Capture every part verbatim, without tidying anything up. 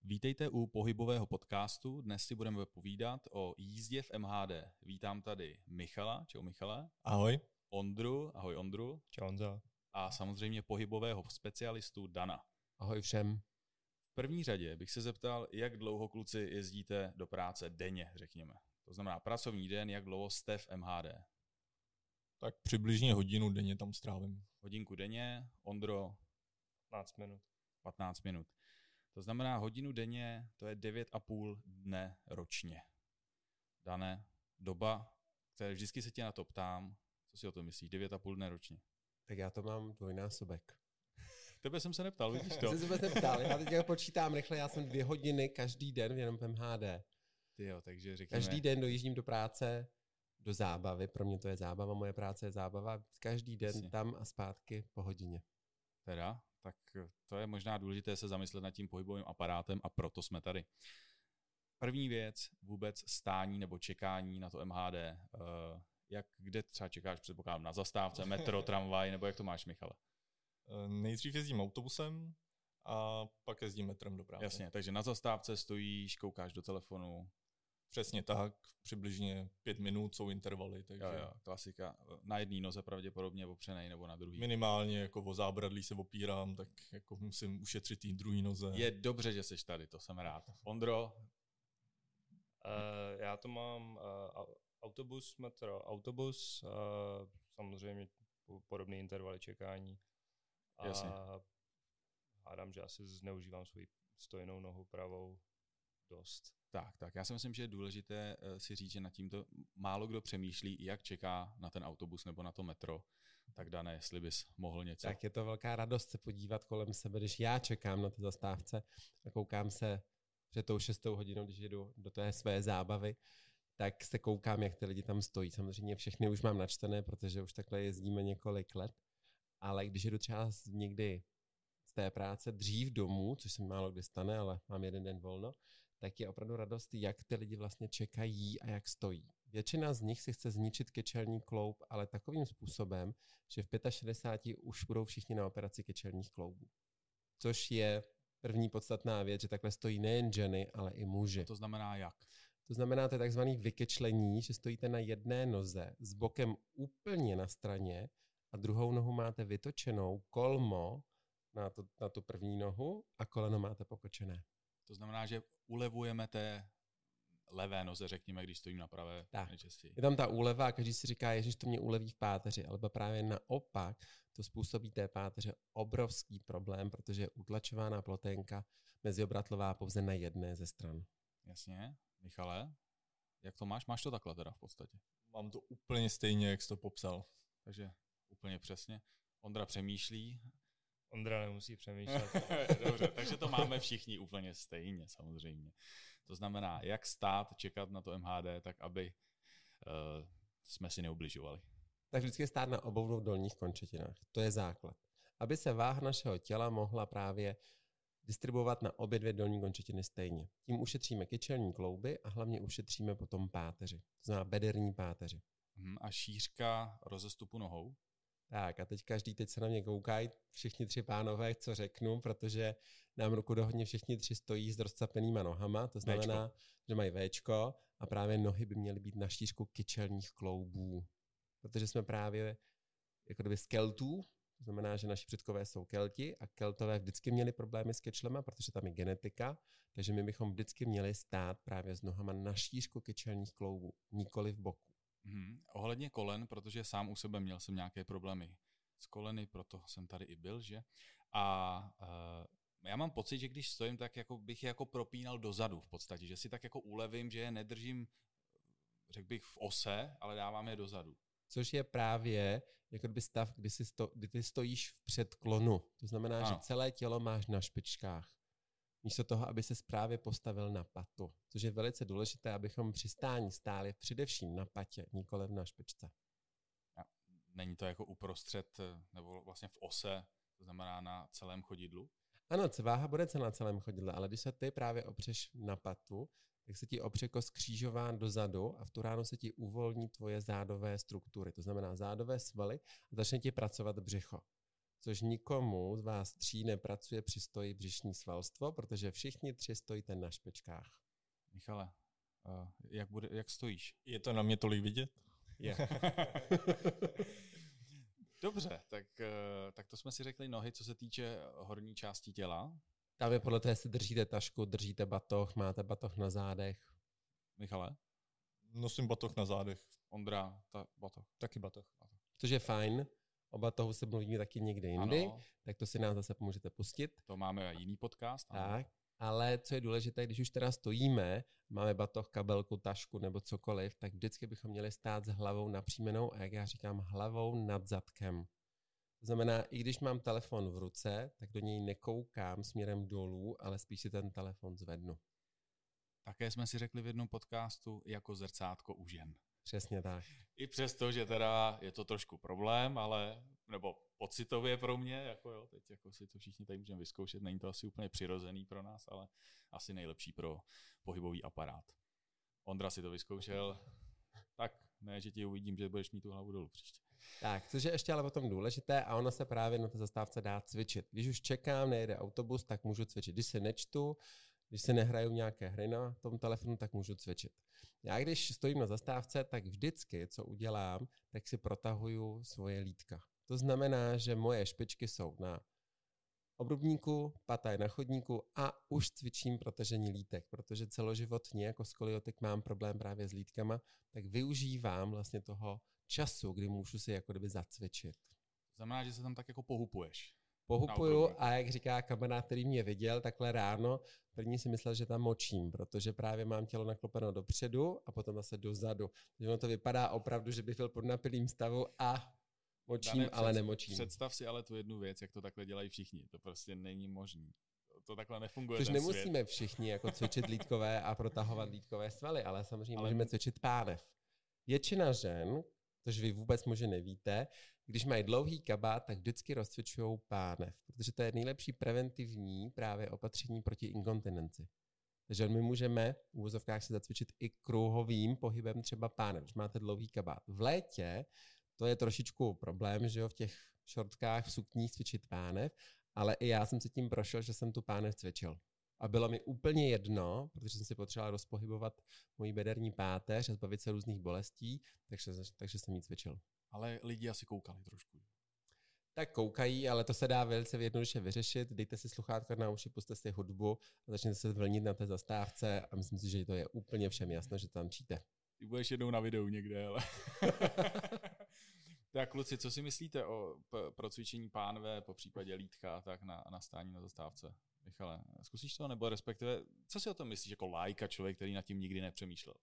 Vítejte u pohybového podcastu. Dnes si budeme povídat o jízdě v M H D. Vítám tady Michala. Čau Michale. Ahoj. Ondru. Ahoj Ondru. Čau Honzo. A samozřejmě pohybového specialistu Dana. Ahoj všem. V první řadě bych se zeptal, jak dlouho kluci jezdíte do práce denně, řekněme. To znamená pracovní den, jak dlouho jste v M H D? Tak přibližně hodinu denně tam strávím. Hodinku denně, Ondro? patnáct minut. patnáct minut. To znamená hodinu denně, to je devět a půl dne ročně. Dané, doba, které vždycky se tě na to ptám, co si o to myslíš, devět a půl dne ročně? Tak já to mám dvojnásobek. Tebe jsem se neptal, vidíš to? Já jsem se vůbec neptal, já teď počítám rychle, já jsem dvě hodiny každý den jenom v M H D. Tyjo, takže řekněme... Každý den dojíždím do práce, do zábavy, pro mě to je zábava, moje práce je zábava, každý den Jasně. tam a zpátky po hodině. Teda, tak to je možná důležité se zamyslet nad tím pohybovým aparátem a proto jsme tady. První věc, vůbec stání nebo čekání na to M H D. Uh, jak, kde třeba čekáš, předpokládám, na zastávce, metro, tramvaj, nebo jak to máš, Michale? Nejdřív jezdím autobusem a pak jezdím metrem do práce. Jasně, takže na zastávce stojíš, koukáš do telefonu. Přesně tak, přibližně pět minut jsou intervaly. Takže Jo, jo, klasika. Na jedné noze pravděpodobně opřenej nebo na druhý. Minimálně jako o zábradlí se opírám, tak jako musím ušetřit tý druhý noze. Je dobře, že jsi tady, to jsem rád. Ondro? Uh, já to mám uh, autobus, metro, autobus, uh, samozřejmě podobné intervaly čekání. A Jasně. hádám, že asi zneužívám svoji stojnou nohu pravou dost. Tak, tak. Já si myslím, že je důležité si říct, že nad tímto málo kdo přemýšlí, jak čeká na ten autobus nebo na to metro. Tak Dané, jestli bys mohl něco. Tak je to velká radost se podívat kolem sebe, když já čekám na té zastávce a koukám se před tou šestou hodinou, když jedu do té své zábavy, tak se koukám, jak ty lidi tam stojí. Samozřejmě všechny už mám načtené, protože už takhle jezdíme několik let, ale když jedu třeba někdy z té práce dřív domů, což se málo kdy stane, ale mám jeden den volno, tak je opravdu radost, jak ty lidi vlastně čekají a jak stojí. Většina z nich si chce zničit kyčelní kloub, ale takovým způsobem, že v šedesáti pěti už budou všichni na operaci kyčelních kloubů. Což je první podstatná věc, že takhle stojí nejen ženy, ale i muži. To znamená jak? To znamená, to je takzvané vykečlení, že stojíte na jedné noze s bokem úplně na straně a druhou nohu máte vytočenou kolmo na, to, na tu první nohu a koleno máte pokočené. To znamená, že ulevujeme té levé noze, řekněme, když stojím na pravé nejčastěji. Je tam ta úleva a každý si říká, ježiš, to mě uleví v páteři, ale právě naopak to způsobí té páteře obrovský problém, protože je utlačována ploténka meziobratlová pouze na jedné ze stran. Jasně. Michale, jak to máš? Máš to takhle teda v podstatě? Mám to úplně stejně, jak jsi to popsal. Takže úplně přesně. Ondra přemýšlí. Ondra nemusí přemýšlet. Dobře, takže to máme všichni úplně stejně samozřejmě. To znamená, jak stát, čekat na to M H D, tak aby uh, jsme si neubližovali. Tak vždycky stát na obou dvou dolních končetinách. To je základ. Aby se váha našeho těla mohla právě distribuovat na obě dvě dolní končetiny stejně. Tím ušetříme kyčelní klouby a hlavně ušetříme potom páteři. To znamená bederní páteři. Hmm, a šířka rozestupu nohou? Tak a teď každý, teď se na mě koukají, všichni tři pánové, co řeknu, protože nám ruku do hodně všichni tři stojí s rozcapenýma nohama, to znamená, Véčko. že mají véčko a právě nohy by měly být na šířku kyčelních kloubů. Protože jsme právě jako kdyby z keltů, to znamená, že naši předkové jsou kelti a keltové vždycky měli problémy s kyčlema, protože tam je genetika, takže my bychom vždycky měli stát právě s nohama na šířku kyčelních kloubů, nikoli v boku. Hmm, ohledně kolen, protože sám u sebe měl jsem nějaké problémy s koleny, proto jsem tady i byl, že? A uh, já mám pocit, že když stojím, tak jako bych je jako propínal dozadu v podstatě, že si tak jako ulevím, že je nedržím, řekl bych, v ose, ale dávám je dozadu. Což je právě jako kdyby stav, kdy, si sto, kdy ty stojíš v předklonu. To znamená, ano. že celé tělo máš na špičkách. Místo toho, aby se právě postavil na patu. Což je velice důležité, abychom při stání stáli především na patě, nikoliv na špičce. A není to jako uprostřed, nebo vlastně v ose, to znamená na celém chodidlu? Ano, váha bude na celém chodidle, ale když se ty právě opřeš na patu, tak se ti opře kost křížován dozadu a v tu ránu se ti uvolní tvoje zádové struktury. To znamená zádové svaly a začne ti pracovat břicho. což nikomu z vás tří nepracuje při stoji břišní svalstvo, protože všichni tři stojíte na špičkách. Michale, uh, jak, bude, jak stojíš? Je to na mě tolik vidět? Je. Dobře, tak, uh, tak to jsme si řekli nohy, co se týče horní části těla. Tam je podle toho, jestli držíte tašku, držíte batoh, máte batoh na zádech. Michale? Nosím batoh na zádech. Ondra, ta batoh. Taky batoh. Což je fajn. O batohu se mluvíme taky někde jindy, Ano, tak to si nám zase můžete pustit. to máme jiný podcast. Ano. Tak, ale co je důležité, když už teda stojíme, máme batoh, kabelku, tašku nebo cokoliv, tak vždycky bychom měli stát s hlavou napřímenou a jak já říkám, hlavou nad zadkem. To znamená, i když mám telefon v ruce, tak do něj nekoukám směrem dolů, ale spíš si ten telefon zvednu. Také jsme si řekli v jednom podcastu jako zrcátko u žen. Přesně tak. I přesto, že teda je to trošku problém, ale, nebo pocitově pro mě, jako jo, teď jako si to všichni tady můžeme vyzkoušet, není to asi úplně přirozený pro nás, ale asi nejlepší pro pohybový aparát. Ondra si to vyzkoušel, tak ne, že ti uvidím, že budeš mít tu hlavu dolů příště. Tak, což je ještě ale potom důležité a ono se právě na té zastávce dá cvičit. Když už čekám, nejede autobus, tak můžu cvičit. Když se nečtu, když se nehraju nějaké hry na tom telefonu, tak můžu cvičit. Já když stojím na zastávce, tak vždycky, co udělám, tak si protahuju svoje lítka. To znamená, že moje špičky jsou na obrubníku, pata je na chodníku a už cvičím protažení lítek, protože celoživotně jako skoliotik mám problém právě s lítkama, tak využívám vlastně toho času, kdy můžu si jako kdyby zacvičit. To znamená, že se tam tak jako pohupuješ. Pohupuju a jak říká kamarád, který mě viděl takhle ráno, první si myslel, že tam močím, protože právě mám tělo naklopeno dopředu a potom zase dozadu. Takže ono to vypadá opravdu, že bych byl pod napilým stavu a močím, Dane, ale před, nemočím. Představ si ale tu jednu věc, jak to takhle dělají všichni. To prostě není možný. To, to takhle nefunguje. Což ten nemusíme svět. všichni jako cvičit lítkové a protahovat lítkové svaly, ale samozřejmě Ale- můžeme cvičit pánev. Většina žen, což vy vůbec možná nevíte, když mají dlouhý kabát, tak vždycky rozcvičují pánev, protože to je nejlepší preventivní právě opatření proti inkontinenci. Takže my můžeme v úvozovkách si zacvičit i kruhovým pohybem třeba pánev, když máte dlouhý kabát. V létě to je trošičku problém, že jo, v těch šortkách, v sukních cvičit pánev, ale i já jsem se tím prošel, že jsem tu pánev cvičil. A bylo mi úplně jedno, protože jsem si potřeboval rozpohybovat moji bederní páteř a zbavit se různých bolestí, takže, takže jsem ji cvičil. Ale lidi asi koukali trošku. Tak koukají, ale to se dá velice jednoduše vyřešit. Dejte si sluchátka na uši, puste si hudbu a začněte se vlnit na té zastávce a myslím si, že to je úplně všem jasno, že tančíte. Ty budeš jednou na videu někde, ale... Tak kluci, co si myslíte o p- procvičení pánve, po případě lítka, tak na, na stání na zastávce? Michale, zkusíš to, nebo respektive, co si o tom myslíš jako lajka, člověk, který nad tím nikdy nepřemýšlel?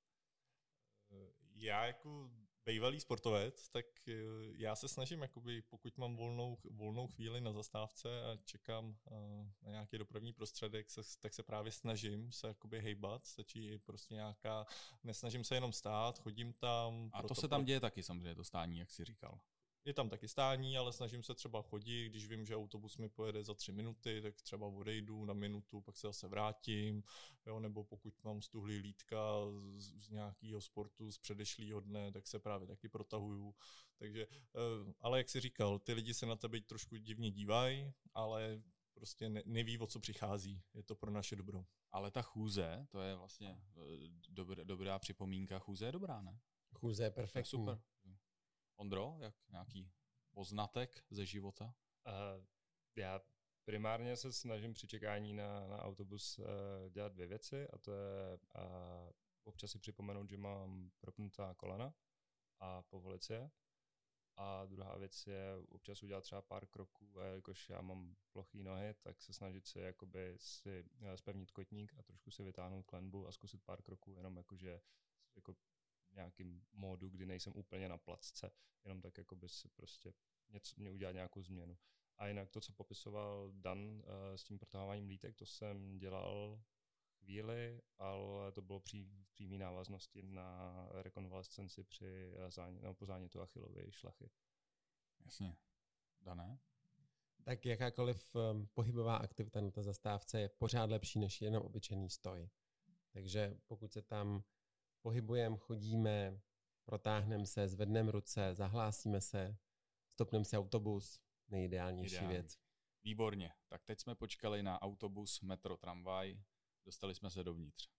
Já jako bývalý sportovec, tak já se snažím, jakoby, pokud mám volnou, volnou chvíli na zastávce a čekám na nějaký dopravní prostředek, se, tak se právě snažím se jakoby hejbat, stačí prostě nějaká, nesnažím se jenom stát, chodím tam. A to proto, se tam děje taky samozřejmě, to stání, jak jsi říkal. Je tam taky stání, ale snažím se třeba chodit, když vím, že autobus mi pojede za tři minuty, tak třeba odejdu na minutu, pak se zase vrátím, jo, nebo pokud mám stuhlý lítka z, z nějakého sportu z předešlého dne, tak se právě taky protahuju. Takže, ale jak jsi říkal, ty lidi se na tebe trošku divně dívají, ale prostě ne, neví, o co přichází. Je to pro naše dobro. Ale ta chůze, to je vlastně dobrá, dobrá připomínka, chůze je dobrá, ne? Chůze je To je perfektní. super. Ondro, jak nějaký poznatek ze života? Uh, já primárně se snažím při čekání na, na autobus uh, dělat dvě věci a to je uh, občas si připomenout, že mám propnutá kolena a povolit si je. A druhá věc je občas udělat třeba pár kroků a jakož já mám plochý nohy, tak se snažit si jakoby si zpevnit kotník a trošku si vytáhnout klenbu a zkusit pár kroků, jenom jakože jako nějakým módu, kdy nejsem úplně na placce, jenom tak jakoby si prostě něco, mě udělat nějakou změnu. A jinak to, co popisoval Dan uh, s tím protahováním lítek, to jsem dělal chvíli, ale to bylo při v přímé návaznosti na rekonvalescenci při záně, no, po zánětu Achillovy šlachy. Jasně. Dané? Tak jakákoliv um, pohybová aktivita na té zastávce je pořád lepší než jenom obyčejný stoj. Takže pokud se tam pohybujeme, chodíme, protáhneme se, zvedneme ruce, zahlásíme se, stopneme si autobus, nejideálnější Ideální. věc. Výborně. Tak teď jsme počkali na autobus, metro, tramvaj. Dostali jsme se dovnitř.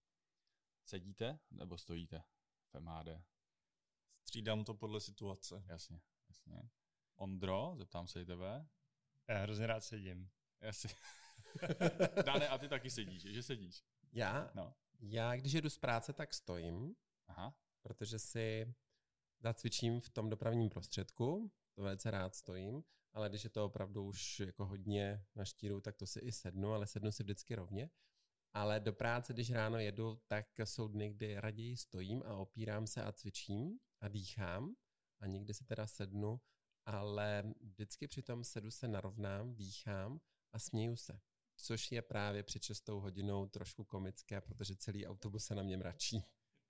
Sedíte nebo stojíte v M H D? Střídám to podle situace. Jasně, jasně. Ondro, zeptám se i tebe. Já hrozně rád sedím. Jasně. Dane, a ty taky sedíš, že sedíš? Já? No. Já, když jedu z práce, tak stojím, Aha. protože si zacvičím v tom dopravním prostředku, to velice rád stojím, ale když je to opravdu už jako hodně na štíru, tak to si i sednu, ale sednu si vždycky rovně. Ale do práce, když ráno jedu, tak jsou dny, kdy raději stojím a opírám se a cvičím a dýchám a někdy si teda sednu, ale vždycky přitom sedu se narovnám, dýchám a směju se. Což je právě před šestou hodinou trošku komické, protože celý autobus se na mě mračí.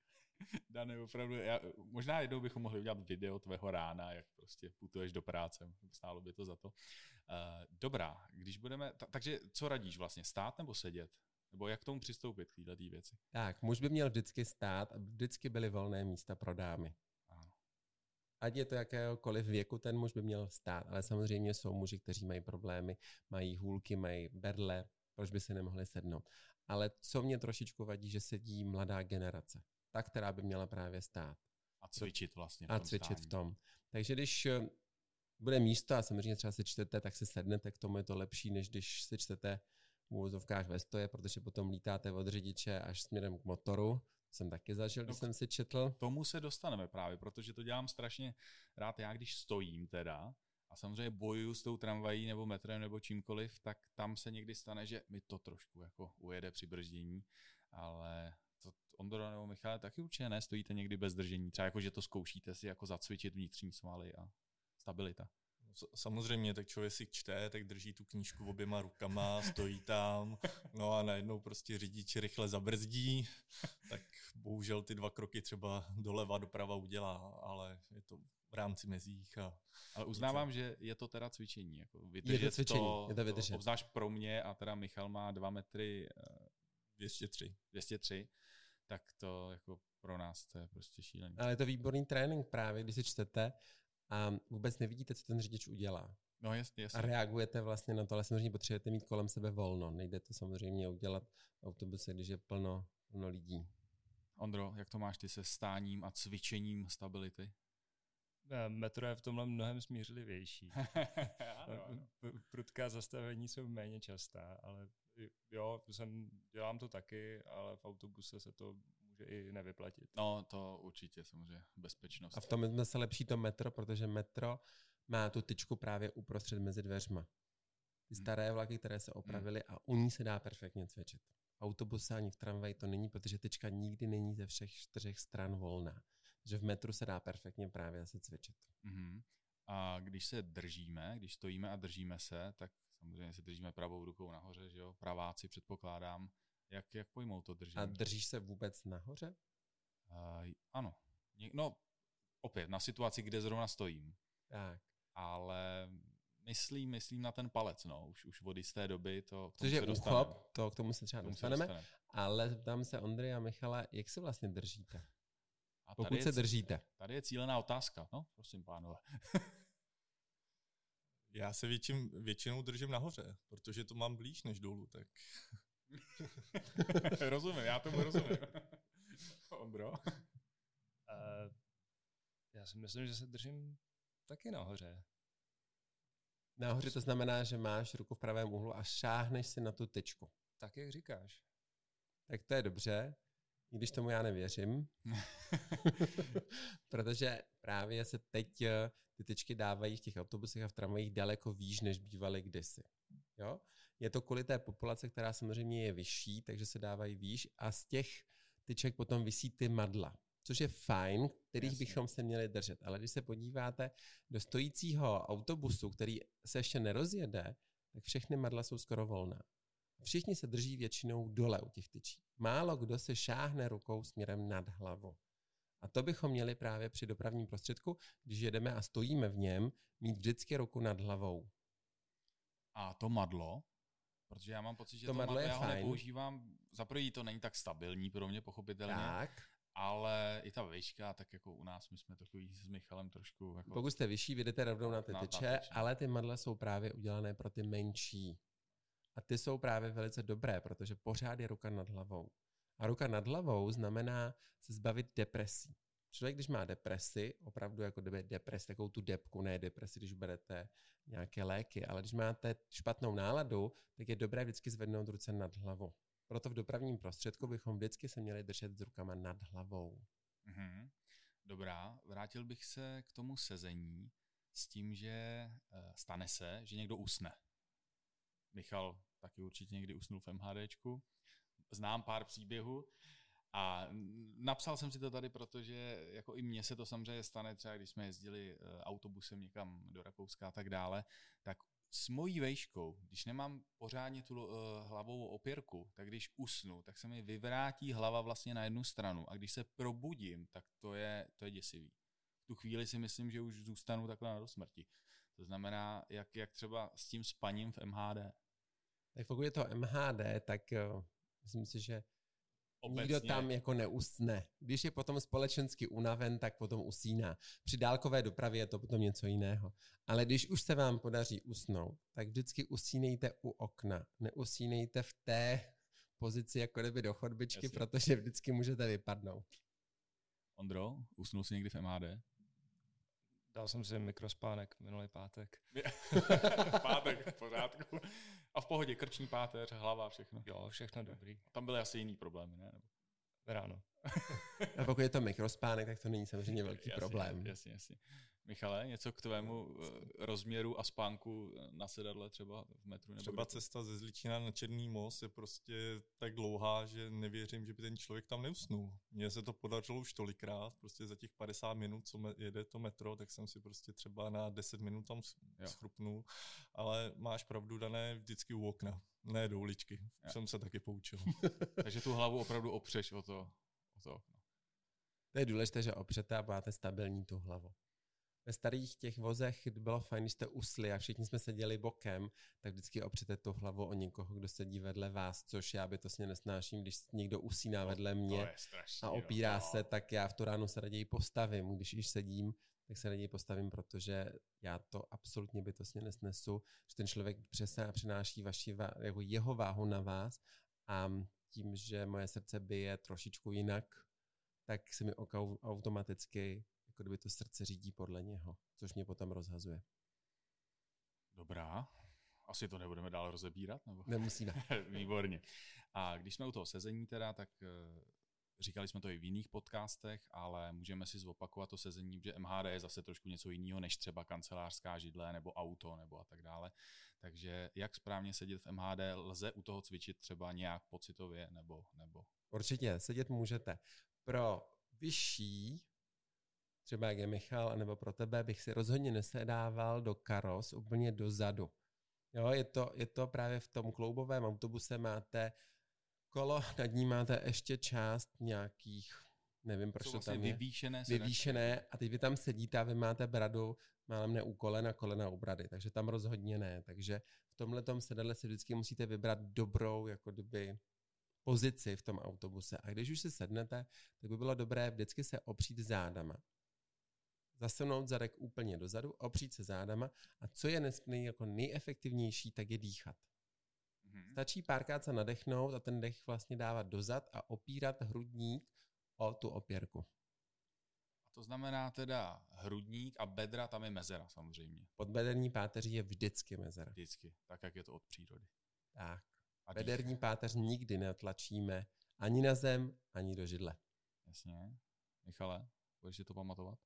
Dane, opravdu, já, možná jednou bychom mohli udělat video tvého rána, jak prostě putuješ do práce, stálo by to za to. Uh, dobrá, když budeme, ta, takže co radíš vlastně, stát nebo sedět? Nebo jak k tomu přistoupit k této věci? Tak, muž by měl vždycky stát, aby vždycky byly volné místa pro dámy. Ano. Ať je to jakéhokoliv věku, ten muž by měl stát, ale samozřejmě jsou muži, kteří mají problémy, mají hůlky, mají berle, proč by si nemohli sednout. Ale co mě trošičku vadí, že sedí mladá generace, ta, která by měla právě stát. A cvičit vlastně v A tom cvičit stání. v tom. Takže když bude místo a samozřejmě třeba si čtete, tak si sednete, k tomu je to lepší, než když si čtete v úvozovkách ve stoje, protože potom lítáte od řidiče až směrem k motoru. To jsem taky zažil, když No, jsem si četl. Tomu se dostaneme právě, protože to dělám strašně rád já, když stojím teda a samozřejmě bojuju s tou tramvají nebo metrem nebo čímkoliv, tak tam se někdy stane, že mi to trošku jako ujede při brždění, ale to Ondro nebo Michale taky určitě ne, stojíte někdy bez držení, třeba jako, že to zkoušíte si jako zacvičit vnitřní svaly a stabilita. Samozřejmě, tak člověk si čte, tak drží tu knížku oběma rukama, stojí tam, no a najednou prostě řidič rychle zabrzdí, tak bohužel ty dva kroky třeba doleva, doprava udělá, ale je to v rámci mezích. A Ale uznávám, že je to teda cvičení. Jako je to cvičení, to, je to vydržet. Obzvlášť pro mě, a teda Michal má dva metry dvě stě tři. dvě stě tři, tak to jako pro nás to je prostě šílený. Ale je to výborný trénink právě, když si čtete a vůbec nevidíte, co ten řidič udělá. No jasně, jasně. A reagujete vlastně na to, ale samozřejmě potřebujete mít kolem sebe volno. Nejde to samozřejmě udělat v autobuse, když je plno, plno lidí. Ondro, jak to máš ty se stáním a cvičením stability? Metro je v tomhle mnohem smířlivější. Ano, ano. Prudká zastavení jsou méně častá, ale jo, jsem, dělám to taky, ale v autobuse se to může i nevyplatit. No, to určitě, samozřejmě, bezpečnost. A v tom jsme se lepší to metro, protože metro má tu tyčku právě uprostřed mezi dveřma. Ty staré vlaky, které se opravily a u ní se dá perfektně cvičit. V autobuse ani v tramvaji to není, protože tyčka nikdy není ze všech čtyřech stran volná. Takže v metru se dá perfektně právě se cvičit. Mm-hmm. A když se držíme, když stojíme a držíme se, tak samozřejmě se držíme pravou rukou nahoře, že jo? Praváci předpokládám. Jak, jak pojmou to držení? A držíš se vůbec nahoře? Uh, ano. No, opět, na situaci, kde zrovna stojím. Tak. Ale myslím, myslím na ten palec, no. Už, už od jisté doby to k tomu Což je se dostaneme. úchop, to k tomu se třeba K tomu se dostaneme. dostaneme. Ale zeptám se Ondry a Michala, jak se vlastně držíte? A Pokud tady se je, držíte. Tady je cílená otázka. No, prosím, pánové. Já se většin, většinou držím nahoře, protože to mám blíž než dolů, tak... Rozumím, já tomu rozumím. Ondro? Uh, já si myslím, že se držím taky nahoře. Nahoře to znamená, že máš ruku v pravém úhlu a šáhneš si na tu tyčku. Tak, jak říkáš. Tak to je dobře, i když tomu já nevěřím. Protože právě se teď ty tyčky dávají v těch autobusech a v tramvajích daleko výš, než bývaly kdysi. Jo? Je to kvůli té populace, která samozřejmě je vyšší, takže se dávají výš a z těch tyček potom visí ty madla, což je fajn, kterých Jasně. bychom se měli držet. Ale když se podíváte do stojícího autobusu, který se ještě nerozjede, tak všechny madla jsou skoro volná. Všichni se drží většinou dole u těch tyčí. Málo kdo se šáhne rukou směrem nad hlavu. A to bychom měli právě při dopravním prostředku, když jedeme a stojíme v něm, mít vždycky ruku nad hlavou. A to madlo, protože já mám pocit, že To to, madlo madlo je já ho fajn. nepoužívám, za první to není tak stabilní pro mě, pochopitelně. Tak. ale i ta výška, tak jako u nás, my jsme takový s Michalem trošku... Jako Pokud jste vyšší, vyjdete rovnou na ty na, tyče, na tyče, ale ty madle jsou právě udělané pro ty menší. A ty jsou právě velice dobré, protože pořád je ruka nad hlavou. A ruka nad hlavou znamená se zbavit depresí. Člověk, když má depresi, opravdu jako kdyby depresi, takovou tu depku, ne depresi, když berete nějaké léky, ale když máte špatnou náladu, tak je dobré vždycky zvednout ruce nad hlavu. Proto v dopravním prostředku bychom vždycky se měli držet s rukama nad hlavou. Mhm. Dobrá, vrátil bych se k tomu sezení s tím, že stane se, že někdo usne. Michal taky určitě někdy usnul v MHDčku. Znám pár příběhů a napsal jsem si to tady, protože jako i mně se to samozřejmě stane, třeba když jsme jezdili autobusem někam do Rakouska a tak dále, tak s mojí vejškou, když nemám pořádně tu uh, hlavovou opěrku, tak když usnu, tak se mi vyvrátí hlava vlastně na jednu stranu a když se probudím, tak to je, to je děsivý. V tu chvíli si myslím, že už zůstanu takhle na do smrti. To znamená, jak, jak třeba s tím spaním v M H D. Tak pokud je to M H D, tak uh, myslím si, že Obecně. Nikdo tam jako neusne. Když je potom společensky unaven, tak potom usíná. Při dálkové dopravě je to potom něco jiného. Ale když už se vám podaří usnout, tak vždycky usínejte u okna. Neusínejte v té pozici jako kdyby do chodbičky, Jasně. protože vždycky můžete vypadnout. Ondro, usnul jsi někdy v M H D? Dal jsem si mikrospánek minulý pátek. V pátek, v pořádku. A v pohodě, krční páteř, hlava, všechno. Jo, všechno dobrý. Tam byly asi jiný problémy, ne? Ráno. A pokud je to mikrospánek, tak to není samozřejmě velký jasně, problém. Jasně, jasně. Michale, něco k tvému rozměru a spánku na sedadle třeba v metru? Nebo třeba kdy? Cesta ze Zličína na Černý most je prostě tak dlouhá, že nevěřím, že by ten člověk tam neusnul. Mně se to podařilo už tolikrát, prostě za těch padesát minut, co jede to metro, tak jsem si prostě třeba na deset minut tam schrupnul, ale máš pravdu, Dané, vždycky u okna, ne do uličky. Jo. Jsem se taky poučil. Takže tu hlavu opravdu opřeš o to, o to okno. To je důležité, že opřete a máte stabilní tu hlavu. Ve starých těch vozech bylo fajn, když jste usli a všichni jsme seděli bokem, tak vždycky opřete tu hlavu o někoho, kdo sedí vedle vás, což já bytostně nesnáším, když někdo usíná vedle mě a opírá no. se, tak já v tu ránu se raději postavím. Když již sedím, tak se raději postavím, protože já to absolutně bytostně nesnesu, že ten člověk přesně a přináší vaši, jako jeho váhu na vás a tím, že moje srdce bije trošičku jinak, tak se mi automaticky jako kdyby to srdce řídí podle něho, což mě potom rozhazuje. Dobrá. Asi to nebudeme dál rozebírat? Nebo? Nemusíme. Výborně. A když jsme u toho sezení teda, tak uh, říkali jsme to i v jiných podcastech, ale můžeme si zopakovat to sezení, že M H D je zase trošku něco jiného, než třeba kancelářská židle nebo auto nebo a tak dále. Takže jak správně sedět v M H D, lze u toho cvičit třeba nějak pocitově nebo... nebo... Určitě, sedět můžete. Pro vyšší, třeba jak je Michal, nebo pro tebe, bych si rozhodně nesedával do karos úplně dozadu. Jo, je to, je to právě v tom kloubovém autobuse máte kolo, nad ní máte ještě část nějakých, nevím, proč to vlastně tam je. Vyvýšené, vyvýšené a teď vy tam sedíte a vy máte bradu, málem ne u kolena, kolena u brady, takže tam rozhodně ne. Takže v tomhletom sedadle si vždycky musíte vybrat dobrou, jako kdyby pozici v tom autobuse. A když už si sednete, tak by bylo dobré vždycky se opřít zádama. Zasunout zadek úplně dozadu, opřít se zádama a co je nesmírně jako nejefektivnější, tak je dýchat. Mm-hmm. Stačí párkrát se nadechnout a ten dech vlastně dávat dozad a opírat hrudník o tu opěrku. A to znamená teda hrudník a bedra, tam je mezera samozřejmě. Podbederní páteří je vždycky mezera. Vždycky, tak jak je to od přírody. Tak. A bederní páteř nikdy netlačíme ani na zem, ani do židle. Jasně. Michale, budeš si to pamatovat?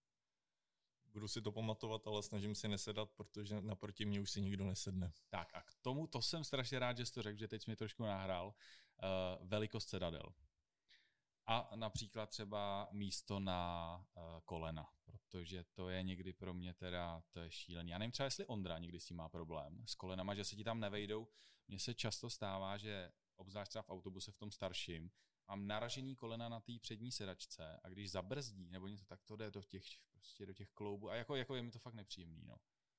Budu si to pamatovat, ale snažím se nesedat, protože naproti mě už si nikdo nesedne. Tak a k tomu, to jsem strašně rád, že jsi to řekl, že teď jsi mi trošku nahrál, uh, velikost sedadel. A například třeba místo na uh, kolena, protože to je někdy pro mě teda, to je šílený. Já nevím třeba, jestli Ondra někdy s tím má problém s kolenama, že se ti tam nevejdou. Mně se často stává, že obzvlášť třeba v autobuse v tom starším, mám naražený kolena na té přední sedačce a když zabrzdí nebo něco, tak to jde do těch, prostě do těch kloubů a jako, jako je mi to fakt nepříjemný. No.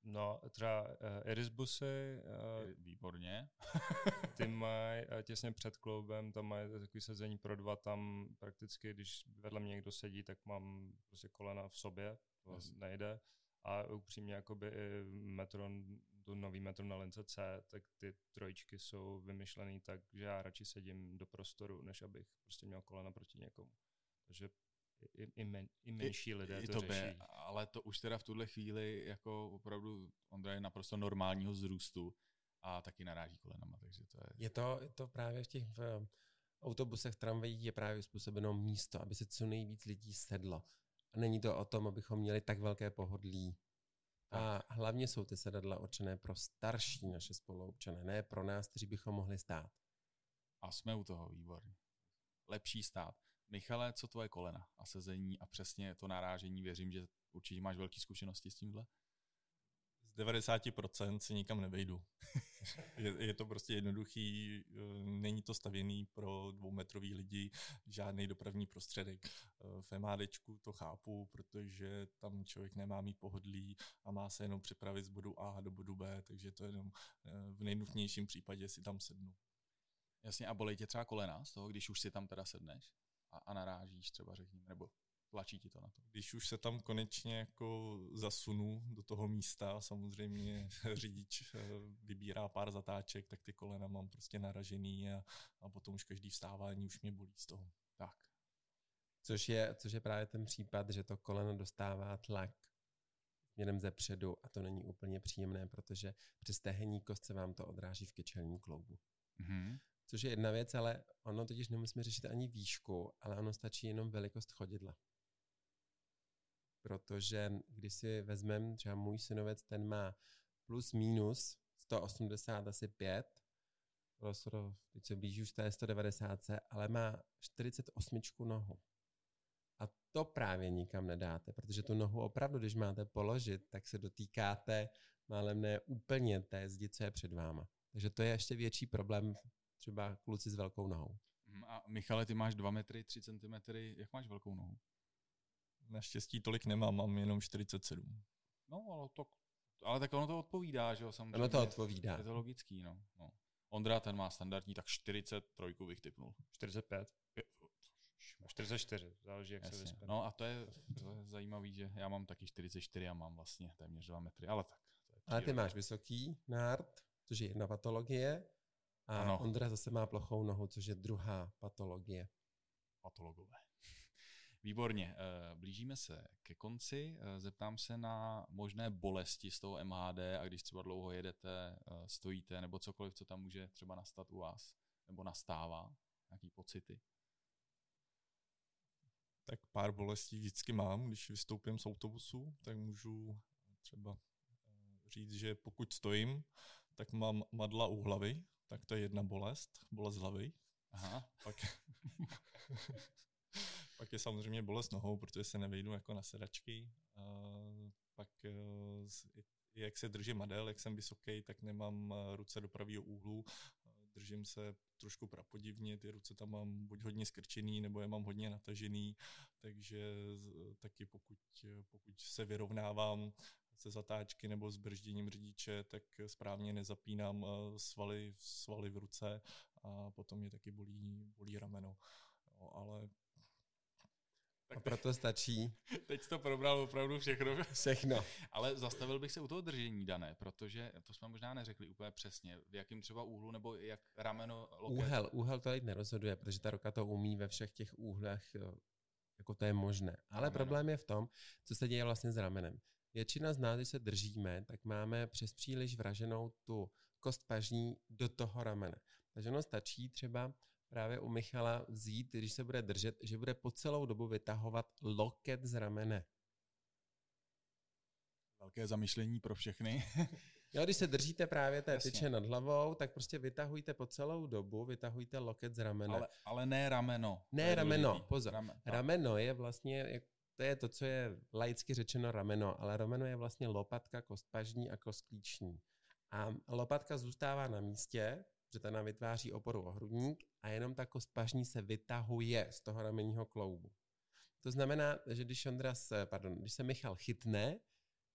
No, třeba uh, Irisbusy, uh, Výborně. ty mají uh, těsně před kloubem, tam mají takový sezení pro dva, tam prakticky, když vedle mě někdo sedí, tak mám prostě kolena v sobě, to yes. nejde. A upřímně jakoby i Metron, tu nový Metron na lince C, tak ty trojičky jsou vymyšlený tak, že já radši sedím do prostoru, než abych prostě měl kolena proti někomu. Takže i, i, men, i menší lidé I, to, to řeší. By, ale to už teda v tuhle chvíli jako opravdu Ondra je naprosto normálního vzrůstu a taky naráží kolenama, takže to je... Je to, je to právě v těch v autobusech, tramvajích je právě způsobeno místo, aby se co nejvíc lidí sedlo. A není to o tom, abychom měli tak velké pohodlí. A hlavně jsou ty sedadla určené pro starší naše spoluobčany, ne pro nás, kteří bychom mohli stát. A jsme u toho, výborně. Lepší stát. Michale, co tvoje kolena a sezení a přesně to narážení, věřím, že určitě máš velké zkušenosti s tímhle? Z devadesát procent si nikam nevejdu. je, je to prostě jednoduchý, není to stavěný pro dvoumetrový lidi, žádný dopravní prostředek. V MHDčku to chápu, protože tam člověk nemá mít pohodlí a má se jenom přepravit z bodu A do bodu B, takže to jenom v nejnutnějším případě si tam sednu. Jasně, a bolej tě třeba kolena z toho, když už si tam teda sedneš a, a narážíš třeba, řekněme, nebo tlačí ti to na to? Když už se tam konečně jako zasunu do toho místa, samozřejmě řidič vybírá pár zatáček, tak ty kolena mám prostě naražený a, a potom už každý vstávání už mě bolí z toho. Tak. Což je, což je právě ten případ, že to koleno dostává tlak směrem ze předu a to není úplně příjemné, protože přes tehenní kost se vám to odráží v kyčelním kloubu. Mm-hmm. Což je jedna věc, ale ono totiž nemusíme řešit ani výšku, ale ono stačí jenom velikost chodidla. Protože když si vezmeme, třeba můj synovec, ten má plus minus sto osmdesát asi pět, teď se blíží už té sto devadesát, ale má čtyřicet osm nohu. A to právě nikam nedáte, protože tu nohu opravdu, když máte položit, tak se dotýkáte málem ne úplně té zdi, co je před váma. Takže to je ještě větší problém třeba kluci s velkou nohou. A Michale, ty máš dva metry, tři centimetry, jak máš velkou nohu? Naštěstí tolik nemám, mám jenom čtyřicet sedm. No, ale, to, ale tak ono to odpovídá, že jo, samozřejmě. Ono to odpovídá. Je to logický, no. no. Ondra, ten má standardní, tak čtyřicet tři bych typnul. čtyřicet pět. čtyřicet čtyři, záleží, jak Jasně. se vyspěne. No a to je, to je zajímavý, že já mám taky čtyřicet čtyři a mám vlastně téměř dva metry, ale tak. To je ale ty máš vysoký nárt, což je jedna patologie, a ano. Ondra zase má plochou nohu, což je druhá patologie. Patologové. Výborně. Blížíme se ke konci. Zeptám se na možné bolesti z toho M H D a když třeba dlouho jedete, stojíte nebo cokoliv, co tam může třeba nastat u vás nebo nastává, nějaký pocity? Tak pár bolestí vždycky mám, když vystoupím z autobusu, tak můžu třeba říct, že pokud stojím, tak mám madla u hlavy, tak to je jedna bolest, bolest hlavy. Aha. Pak, pak je samozřejmě bolest nohou, protože se nevejdu jako na sedačky. A pak jak se držím madel, jak jsem vysoký, tak nemám ruce do pravého úhlu. Držím se trošku prapodivně, ty ruce tam mám buď hodně skrčený, nebo je mám hodně natažený, takže taky pokud, pokud se vyrovnávám se zatáčky nebo s bržděním řidiče, tak správně nezapínám svaly, svaly v ruce a potom mě taky bolí, bolí rameno. No, ale tak a proto stačí. Teď jsi to probral opravdu všechno. Všechno. Ale zastavil bych se u toho držení, Dané, protože to jsme možná neřekli úplně přesně, v jakém třeba úhlu, nebo jak rameno, loket. Úhel, úhel to teď nerozhoduje, protože ta ruka to umí ve všech těch úhlech, jako to je možné. Ale rameno. Problém je v tom, co se děje vlastně s ramenem. Většina z nás, když se držíme, tak máme přes příliš vraženou tu kost pažní do toho ramene. Takže ono stačí třeba právě u Michala vzít, když se bude držet, že bude po celou dobu vytahovat loket z ramene. Velké zamyšlení pro všechny. Jo, když se držíte právě té Jasně. tyče nad hlavou, tak prostě vytahujte po celou dobu, vytahujte loket z ramene. Ale, ale ne rameno. Ne rameno, důležitý. Pozor. Ramen, rameno je vlastně, to je to, co je laicky řečeno rameno, ale rameno je vlastně lopatka, kost pažní a kost klíční. A lopatka zůstává na místě, že ta nám vytváří oporu o hrudník a jenom ta kost pažní se vytahuje z toho ramenního kloubu. To znamená, že když Ondra se, pardon, když se Michal chytne,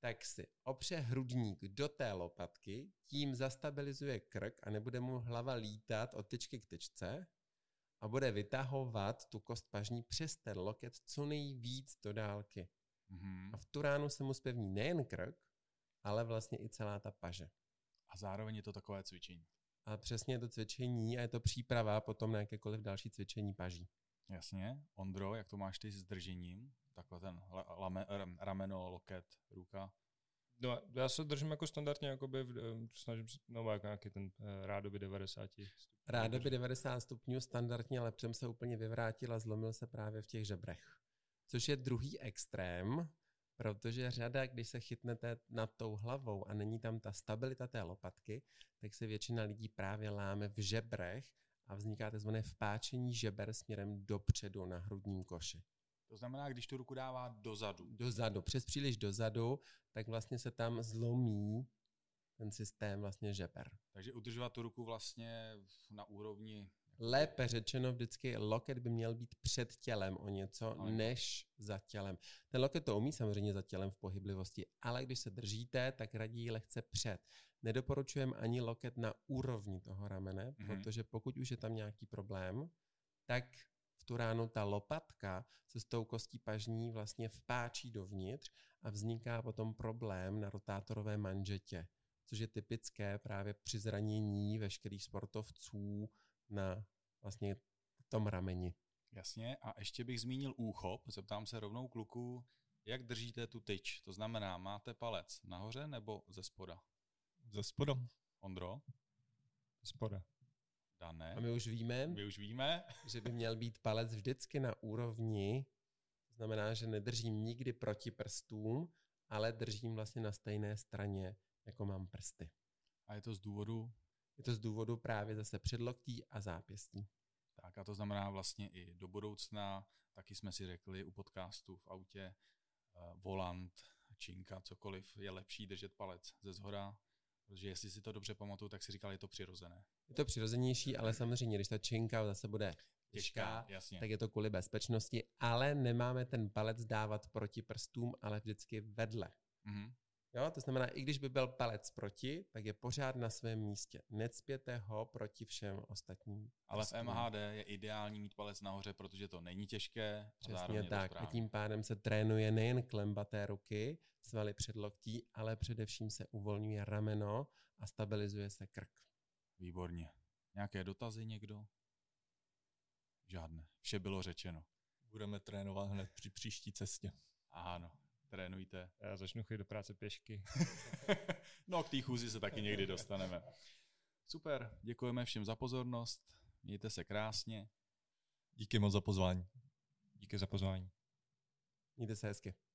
tak si opře hrudník do té lopatky, tím zastabilizuje krk a nebude mu hlava lítat od tyčky k tyčce a bude vytahovat tu kost pažní přes ten loket co nejvíc do dálky. Mm-hmm. A v tu ránu se mu zpevní nejen krk, ale vlastně i celá ta paže. A zároveň je to takové cvičení. A přesně je to cvičení a je to příprava potom na jakékoliv další cvičení paží. Jasně. Ondro, jak to máš ty s držením? Takhle ten lame, rameno, loket, ruka. No, já se držím jako standardně, jakoby v, snažím se, no jak nějaký ten uh, rádoby devadesát stupňů. Rádoby devadesát stupňů standardně, ale předem se úplně vyvrátil a zlomil se právě v těch žebrech. Což je druhý extrém, protože řada, když se chytnete nad tou hlavou a není tam ta stabilita té lopatky, tak se většina lidí právě láme v žebrech a vzniká tzv. Vpáčení žeber směrem dopředu na hrudním koši. To znamená, když tu ruku dává dozadu. Dozadu, přes příliš dozadu, tak vlastně se tam zlomí ten systém vlastně žeber. Takže udržovat tu ruku vlastně na úrovni... Lépe řečeno, vždycky loket by měl být před tělem o něco, ale než za tělem. Ten loket to umí samozřejmě za tělem v pohyblivosti, ale když se držíte, tak raději lehce před. Nedoporučujeme ani loket na úrovni toho ramene, mm-hmm. protože pokud už je tam nějaký problém, tak v tu ránu ta lopatka se s tou kostí pažní vlastně vpáčí dovnitř a vzniká potom problém na rotátorové manžetě, což je typické právě při zranění veškerých sportovců na vlastně tom rameni. Jasně, a ještě bych zmínil úchop, zeptám se rovnou kluku, jak držíte tu tyč? To znamená, máte palec nahoře nebo ze spoda? Ze spoda. Ondro? Ze spoda. Dané? A my už víme, my už víme, že by měl být palec vždycky na úrovni, to znamená, že nedržím nikdy proti prstům, ale držím vlastně na stejné straně, jako mám prsty. A je to z důvodu? Je to z důvodu právě zase předloktí a zápěstí. Tak a to znamená vlastně i do budoucna, taky jsme si řekli u podcastu v autě, uh, volant, činka, cokoliv, je lepší držet palec ze zhora, protože jestli si to dobře pamatuju, tak si říkal, je to přirozené. Je to přirozenější, ale samozřejmě, když ta činka zase bude těžká, jasně. tak je to kvůli bezpečnosti, ale nemáme ten palec dávat proti prstům, ale vždycky vedle. Mm-hmm. Jo, to znamená, i když by byl palec proti, tak je pořád na svém místě. Necpěte ho proti všem ostatním. Ale v M H D je ideální mít palec nahoře, protože to není těžké. Přesně tak. A tím pádem se trénuje nejen klemba té ruky, svaly předloktí, ale především se uvolňuje rameno a stabilizuje se krk. Výborně. Nějaké dotazy někdo? Žádné. Vše bylo řečeno. Budeme trénovat hned při příští cestě. Ano. Trénujte. Já začnu chodit do práce pěšky. No, k té chůzi se taky někdy dostaneme. Super, děkujeme všem za pozornost. Mějte se krásně. Díky moc za pozvání. Díky za pozvání. Mějte se hezky.